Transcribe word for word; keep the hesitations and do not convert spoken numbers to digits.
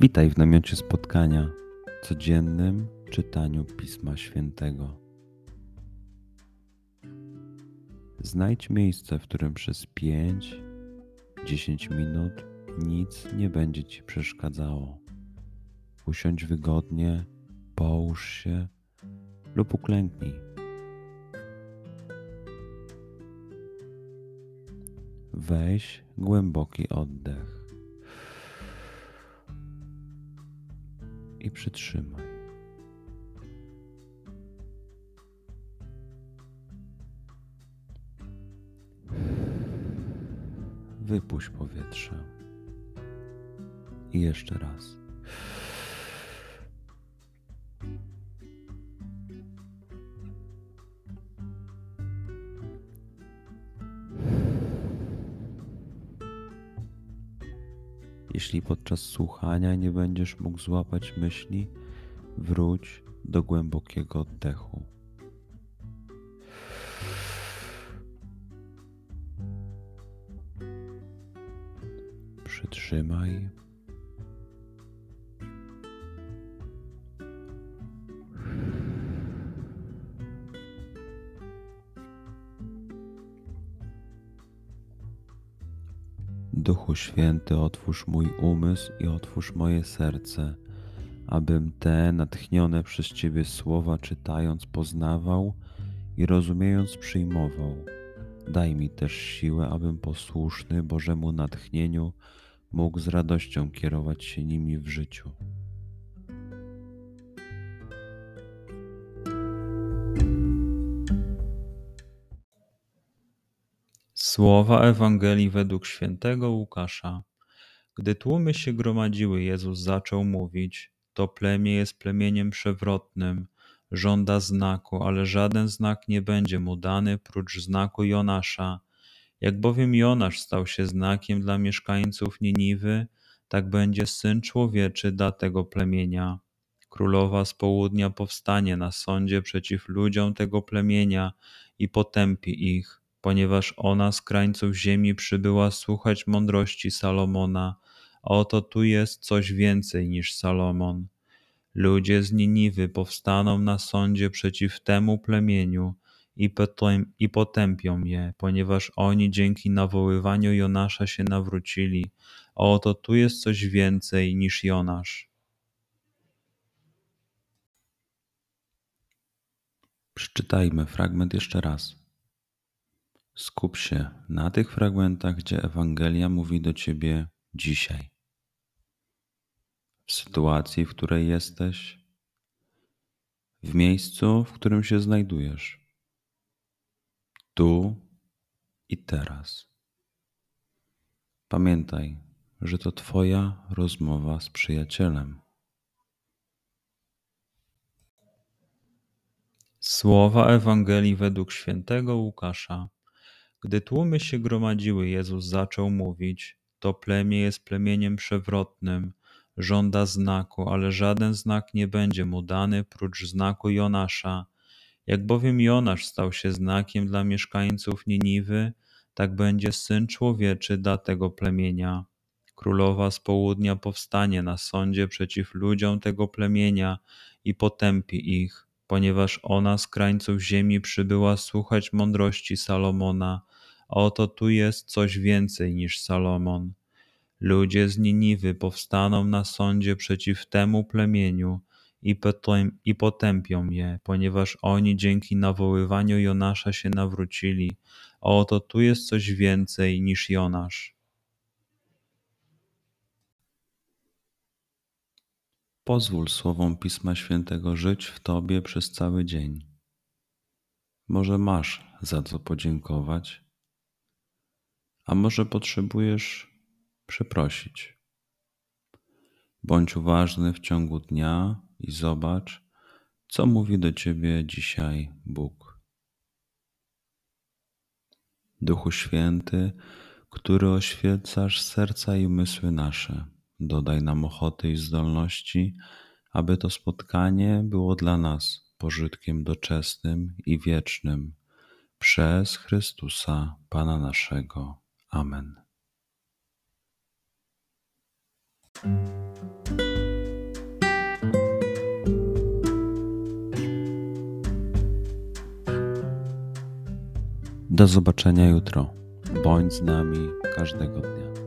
Witaj w namiocie spotkania, codziennym czytaniu Pisma Świętego. Znajdź miejsce, w którym przez pięć do dziesięciu minut nic nie będzie Ci przeszkadzało. Usiądź wygodnie, połóż się lub uklęknij. Weź głęboki oddech i przytrzymaj. Wypuść powietrze. I jeszcze raz. Jeśli podczas słuchania nie będziesz mógł złapać myśli, wróć do głębokiego oddechu. Przytrzymaj. Duchu Święty, otwórz mój umysł i otwórz moje serce, abym te natchnione przez Ciebie słowa czytając poznawał i rozumiejąc przyjmował. Daj mi też siłę, abym posłuszny Bożemu natchnieniu mógł z radością kierować się nimi w życiu. Słowa Ewangelii według świętego Łukasza. Gdy tłumy się gromadziły, Jezus zaczął mówić: To plemię jest plemieniem przewrotnym, żąda znaku, ale żaden znak nie będzie mu dany prócz znaku Jonasza. Jak bowiem Jonasz stał się znakiem dla mieszkańców Niniwy, tak będzie Syn Człowieczy dla tego plemienia. Królowa z południa powstanie na sądzie przeciw ludziom tego plemienia i potępi ich, ponieważ ona z krańców ziemi przybyła słuchać mądrości Salomona, a oto tu jest coś więcej niż Salomon. Ludzie z Niniwy powstaną na sądzie przeciw temu plemieniu i, potem, i potępią je, ponieważ oni dzięki nawoływaniu Jonasza się nawrócili, a oto tu jest coś więcej niż Jonasz. Przeczytajmy fragment jeszcze raz. Skup się na tych fragmentach, gdzie Ewangelia mówi do Ciebie dzisiaj. W sytuacji, w której jesteś, w miejscu, w którym się znajdujesz, tu i teraz. Pamiętaj, że to Twoja rozmowa z przyjacielem. Słowa Ewangelii według świętego Łukasza. Gdy tłumy się gromadziły, Jezus zaczął mówić: To plemię jest plemieniem przewrotnym, żąda znaku, ale żaden znak nie będzie mu dany prócz znaku Jonasza. Jak bowiem Jonasz stał się znakiem dla mieszkańców Niniwy, tak będzie Syn Człowieczy dla tego plemienia. Królowa z południa powstanie na sądzie przeciw ludziom tego plemienia i potępi ich, ponieważ ona z krańców ziemi przybyła słuchać mądrości Salomona, a oto tu jest coś więcej niż Salomon. Ludzie z Niniwy powstaną na sądzie przeciw temu plemieniu i, potem, i potępią je, ponieważ oni dzięki nawoływaniu Jonasza się nawrócili, a oto tu jest coś więcej niż Jonasz. Pozwól słowom Pisma Świętego żyć w Tobie przez cały dzień. Może masz za co podziękować, a może potrzebujesz przeprosić. Bądź uważny w ciągu dnia i zobacz, co mówi do Ciebie dzisiaj Bóg. Duchu Święty, który oświecasz serca i umysły nasze, dodaj nam ochoty i zdolności, aby to spotkanie było dla nas pożytkiem doczesnym i wiecznym. Przez Chrystusa, Pana naszego. Amen. Do zobaczenia jutro. Bądź z nami każdego dnia.